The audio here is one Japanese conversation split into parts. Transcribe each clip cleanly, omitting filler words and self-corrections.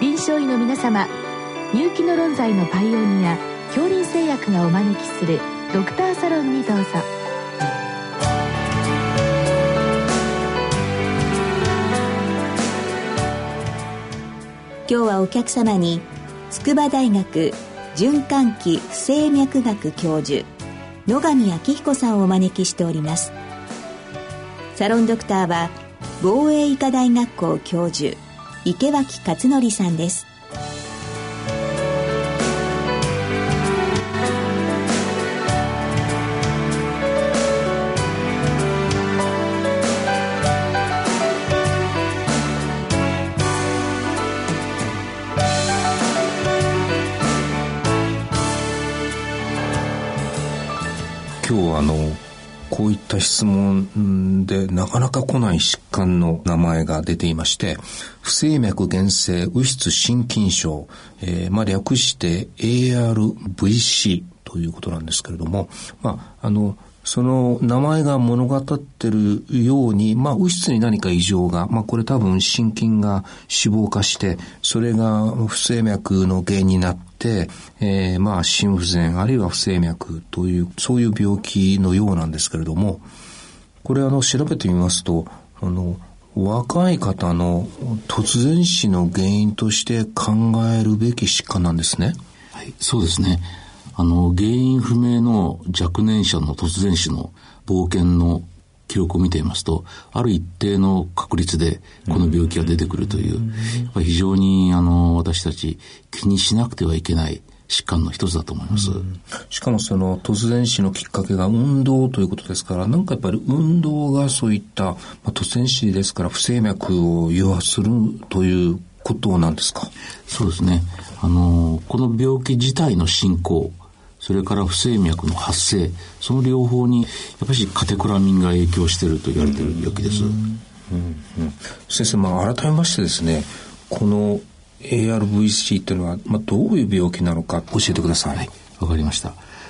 臨床医の皆様、入気の論剤のパイオニア恐林製薬がお招きするドクターサロンにどうぞ。 今日はお客様に筑波大学循環器不整脈学教授野上昭彦さんをお招きしております。サロンドクターは防衛医科大学校教授池脇勝則さんです。 今日はこういった質問でなかなか来ない疾患の名前が出ていまして、不整脈原性右室心筋症、略して ARVC ということなんですけれども、その名前が物語ってるように、右室に何か異常が、これ多分心筋が脂肪化して、それが不整脈の原因になって、心不全あるいは不整脈という、そういう病気のようなんですけれども、これ調べてみますと、若い方の突然死の原因として考えるべき疾患なんですね。 はい、そうですね。原因不明の若年者の突然死の冒険の記録を見ていますと、ある一定の確率でこの病気が出てくるという、非常に私たち気にしなくてはいけない疾患の一つだと思います。 しかもその突然死のきっかけが運動ということですから、やっぱり運動がそういった、突然死ですから不整脈を誘発するということなんですか？ そうですね。この病気自体の進行、それから不整脈の発生、その両方にやっぱりカテコラミンが影響していると言われている病気です。 先生、改めましてですね、この ARVC っていうのは、どういう病気なのか教えてください。はい、 わかりました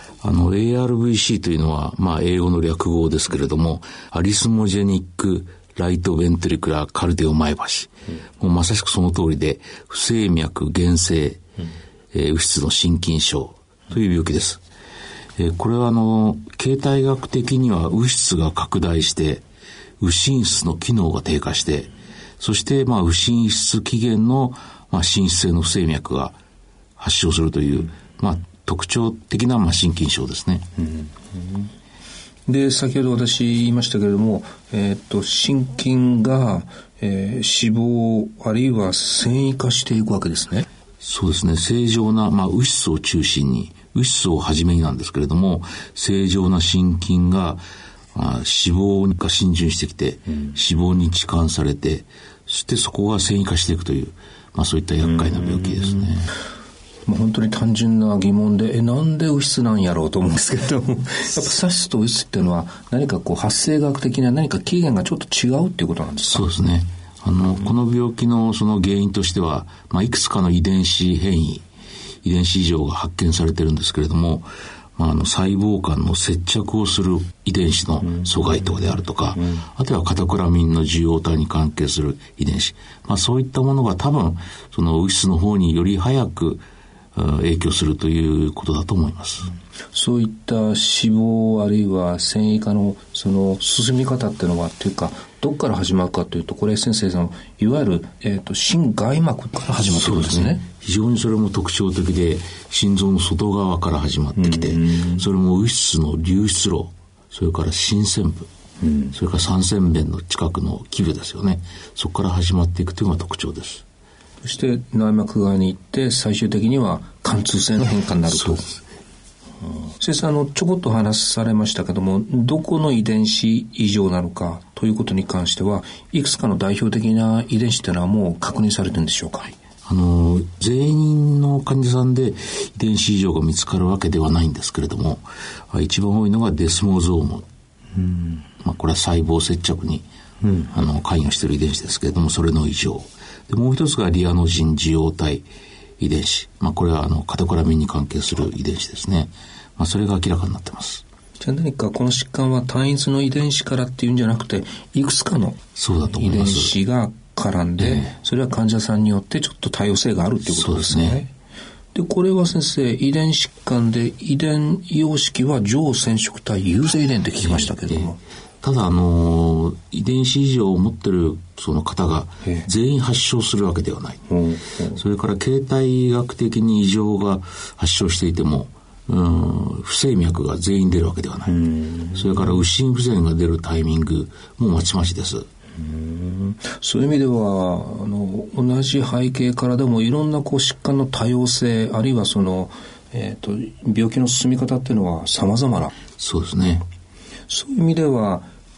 。ARVC というのは、英語の略語ですけれども、アリスモジェニックライトベントリクラーカルデオマイバシ、もうまさしくその通りで、不整脈原性、右室の心筋症という病気です。これは形態学的には右室が拡大して右心室の機能が低下して、そして右心室起源の心室性の不整脈が発症するという、特徴的な心筋症ですね。 で、先ほど私言いましたけれども、心筋が、脂肪あるいは繊維化していくわけですね。 そうですね。正常な、右室を中心に、右室をはじめになんですけれども、正常な心筋が脂肪が浸潤してきて、脂肪に置換されて、そしてそこが繊維化していくという、そういった厄介な病気ですね。 本当に単純な疑問で、なんで右室なんやろうと思うんですけれども、やっぱ左室と右室っていうのは何か発生学的な何か起源がちょっと違うっていうことなんですか？ そうですね。この病気のその原因としては、いくつかの遺伝子変異、遺伝子異常が発見されているんですけれども、細胞間の接着をする遺伝子の阻害等であるとか、あとはカテコラミンの受容体に関係する遺伝子、そういったものが多分その右室の方により早く影響するということだと思います。 そういった脂肪あるいは繊維化のその進み方っていうのはというか、どこから始まるかというと、これ先生いわゆる、心外膜から始まってくるんですね。 非常にそれも特徴的で、心臓の外側から始まってきて、それも右室の流出路、それから心腺部、それから三尖弁の近くの基部ですよね。そこから始まっていくというのが特徴です。 そして内膜側に行って最終的には貫通性の変化になると。 そうです。 先生ちょこっと話されましたけども、どこの遺伝子異常なのかということに関してはいくつかの代表的な遺伝子というのはもう確認されてるんでしょうか？はい、 全員の患者さんで遺伝子異常が見つかるわけではないんですけれども、一番多いのがデスモゾーム、これは細胞接着に、関与している遺伝子ですけれども、それの異常で、もう一つがリアノジン受容体遺伝子、これはカテコラミンに関係する遺伝子ですね。それが明らかになってます。 じゃあ何かこの疾患は単一の遺伝子からっていうんじゃなくて、いくつかの遺伝子が絡んで、それは患者さんによってちょっと多様性があるっていうことですね。そうですね。で、これは先生、遺伝疾患で遺伝様式は上染色体優性遺伝って聞きましたけども。 ただ遺伝子異常を持ってるその方が全員発症するわけではない。それから形態学的に異常が発症していても不整脈が全員出るわけではない。それから右心不全が出るタイミングもまちまちです。 そういう意味では同じ背景からでもいろんな疾患の多様性あるいは病気の進み方っていうのは様々な。 そうですね。 そういう意味では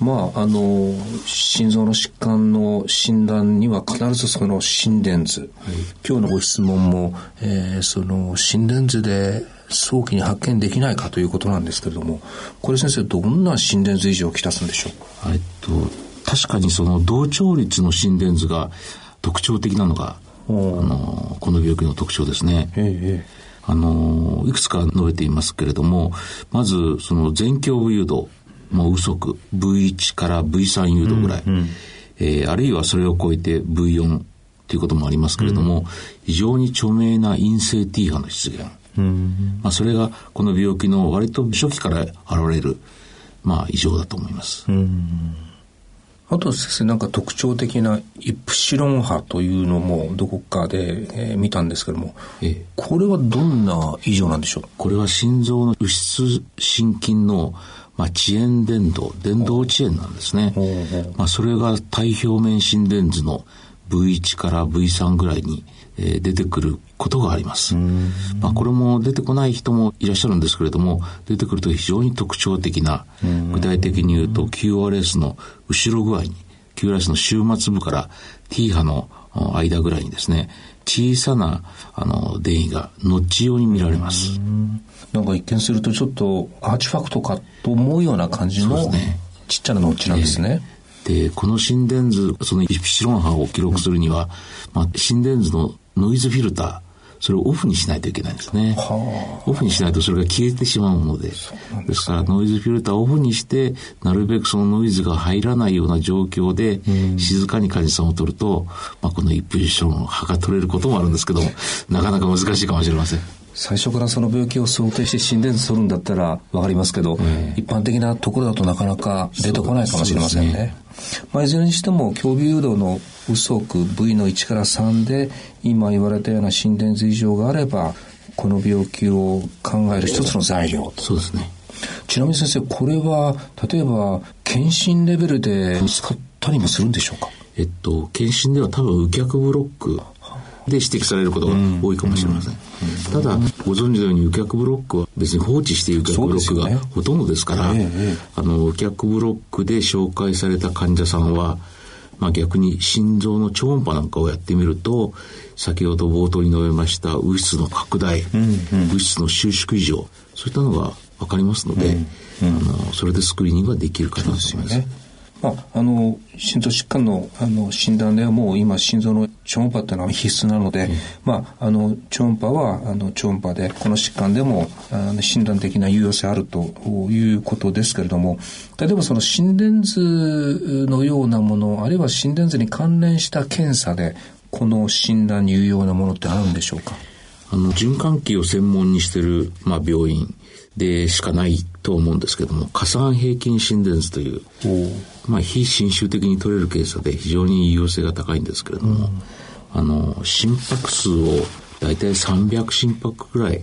心臓の疾患の診断には必ずその心電図、今日のご質問も、その心電図で早期に発見できないかということなんですけれども、これ先生どんな心電図異常をきたすんでしょう？ 確かにその同調率の心電図が特徴的なのがこの病気の特徴ですね。いくつか述べていますけれども、まずその全胸部誘導右側 V1 から V3 誘導ぐらい、あるいはそれを超えて V4 ということもありますけれども、非常に著名な陰性 T 波の出現、それがこの病気の割と初期から現れる、異常だと思います。 あと先生、なんか特徴的なイプシロン波というのもどこかで、見たんですけども、これはどんな異常なんでしょう？ これは心臓の右室心筋の遅延伝導遅延なんですね。それが体表面心電図の V1 から V3 ぐらいに、出てくることがあります。これも出てこない人もいらっしゃるんですけれども、出てくると非常に特徴的な、具体的に言うと QRS の後ろ具合に QRS の終末部から T 波の間ぐらいにですね、小さな電位がノッチ状に見られます。 なんか一見するとちょっとアーチファクトかと思うような感じのちっちゃなノッチなんですね。 で、この心電図、そのイプシロン波を記録するには、心電図のノイズフィルター、それをオフにしないといけないんですね。オフにしないとそれが消えてしまうので、ですからノイズフィルターをオフにして、なるべくそのノイズが入らないような状況で、静かに患者さんを取ると、このイプシロン波が取れることもあるんですけども、なかなか難しいかもしれません。 最初からその病気を想定して心電図取るんだったらわかりますけど、一般的なところだとなかなか出てこないかもしれませんね。いずれにしても胸部誘導の右側 V の1から3で今言われたような心電図異常があれば、この病気を考える一つの材料。 そうですね。 ちなみに先生、これは例えば検診レベルで見つかったりもするんでしょうか？ 検診では多分右脚ブロックで指摘されることが多いかもしれません。ただご存知のように右脚ブロックは別に放置して右脚ブロックがほとんどですから、右脚ブロックで紹介された患者さんは、逆に心臓の超音波なんかをやってみると、先ほど冒頭に述べました右室の拡大、右室の収縮異常、そういったのが分かりますので、それでスクリーニングができるかなと思います。 心臓疾患の診断ではもう今心臓の超音波っていうのは必須なので、超音波は超音波でこの疾患でも診断的な有用性あるということですけれども、例えばその心電図のようなもの、あるいは心電図に関連した検査でこの診断に有用なものってあるんでしょうか？ 循環器を専門にしている、病院でしかないと思うんですけども、加算平均心電図という、非侵襲的に取れる検査で非常に有用性が高いんですけれども、心拍数をだいたい300心拍くらい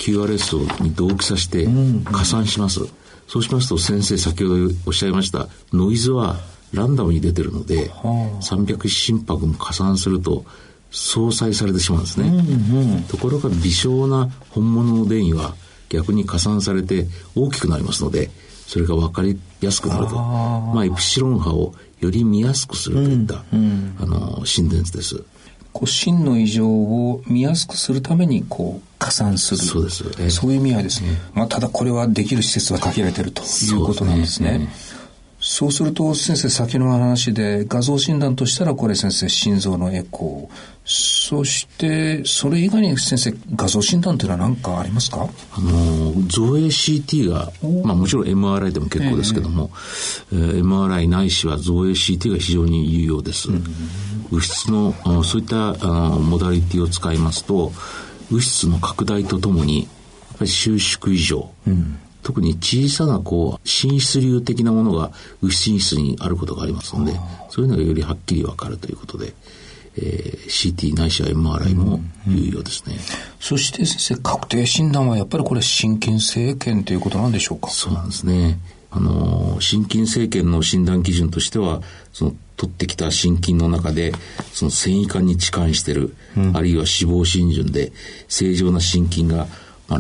QRS に同期させて加算します。そうしますと先生先ほどおっしゃいましたノイズはランダムに出てるので、300心拍も加算すると相殺されてしまうんですね。ところが微小な本物の電位は逆に加算されて大きくなりますので、それが分かりやすくなると、イプシロン波をより見やすくするといった、心電図です。 心の異常を見やすくするために加算する。 そうです。 そういう意味合いですね。ただこれはできる施設は限られているということなんですね。 そうすると先生、先の話で画像診断としたらこれ先生心臓のエコー、そしてそれ以外に先生画像診断というのは何かありますか？ 造影 CT が、もちろん MRI でも結構ですけども、MRI ないしは造影 CT が非常に有用です。右室のそういったモダリティを使いますと、右室の拡大とともにやっぱり収縮異常、特に小さな滲出流的なものが右心室にあることがありますので、そういうのがよりはっきりわかるということで、CT ないしは MRI も有用ですね。 そして先生、確定診断はやっぱりこれ心筋生検ということなんでしょうか？ そうなんですね。心筋生検の診断基準としては、その取ってきた心筋の中でその繊維管に置換している、あるいは脂肪浸潤で正常な心筋が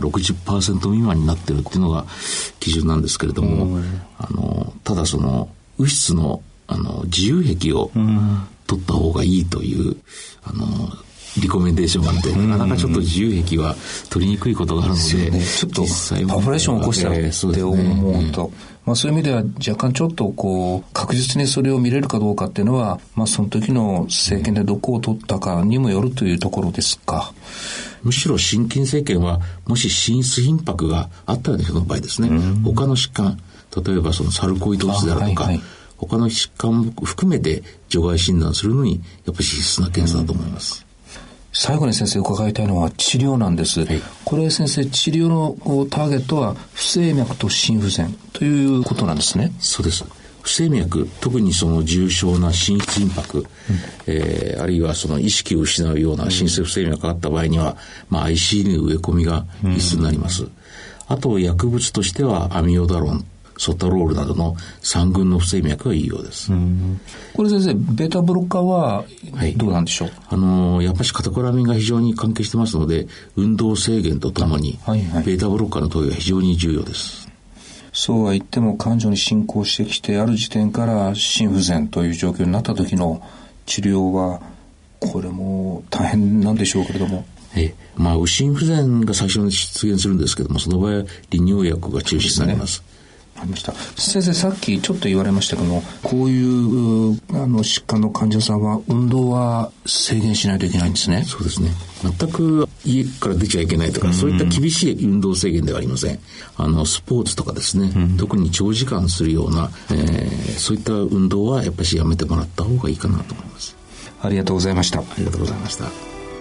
60% 未満になっているっていうのが基準なんですけれども、ただその右室の自由壁を取った方がいいというリコメンデーションがあって、なかなかちょっと自由壁は取りにくいことがあるので、 ちょっとパフォレーションを起こしたって思うと、そういう意味では若干ちょっと確実にそれを見れるかどうかっていうのは、その時の生検でどこを取ったかにもよるというところですか。 むしろ心筋生検はもし心室頻迫があったような人の場合ですね、他の疾患、例えばそのサルコイドースであるとか、他の疾患も含めて除外診断するのにやっぱり必須な検査だと思います。 最後に先生伺いたいのは治療なんです。これ先生、治療のターゲットは不整脈と心不全ということなんですね。 そうです。不整脈、特にその重症な心室頻迫、あるいはその意識を失うような心室不整脈があった場合には、ICU に植え込みが必須になります。あと薬物としてはアミオダロン、ソタロールなどの3群の不整脈が有用です。 これ先生、ベータブロッカーはどうなんでしょう？ やっぱりカテコラミンが非常に関係してますので、運動制限とともに、ベータブロッカーの投与が非常に重要です。 そうは言っても患者に進行してきて、ある時点から心不全という状況になった時の治療はこれも大変なんでしょうけれども、 右心不全が最初に出現するんですけども、その場合は利尿薬が中心になります。 ありました。先生、さっきちょっと言われましたけども、こういう疾患の患者さんは運動は制限しないといけないんですね。 そうですね。全く家から出ちゃいけないとか、そういった厳しい運動制限ではありません。スポーツとかですね、特に長時間するような、そういった運動はやっぱりやめてもらった方がいいかなと思います。 ありがとうございました。 ありがとうございました。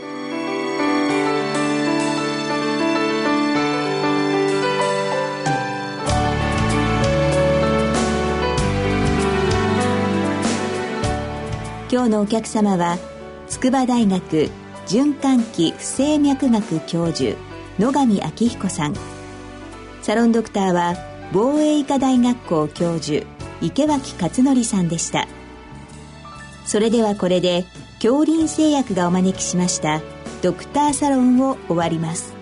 今日のお客様は筑波大学循環器不整脈学教授野上昭彦さん、サロンドクターは防衛医科大学校教授池脇勝則さんでした。それではこれで杏林製薬がお招きしましたドクターサロンを終わります。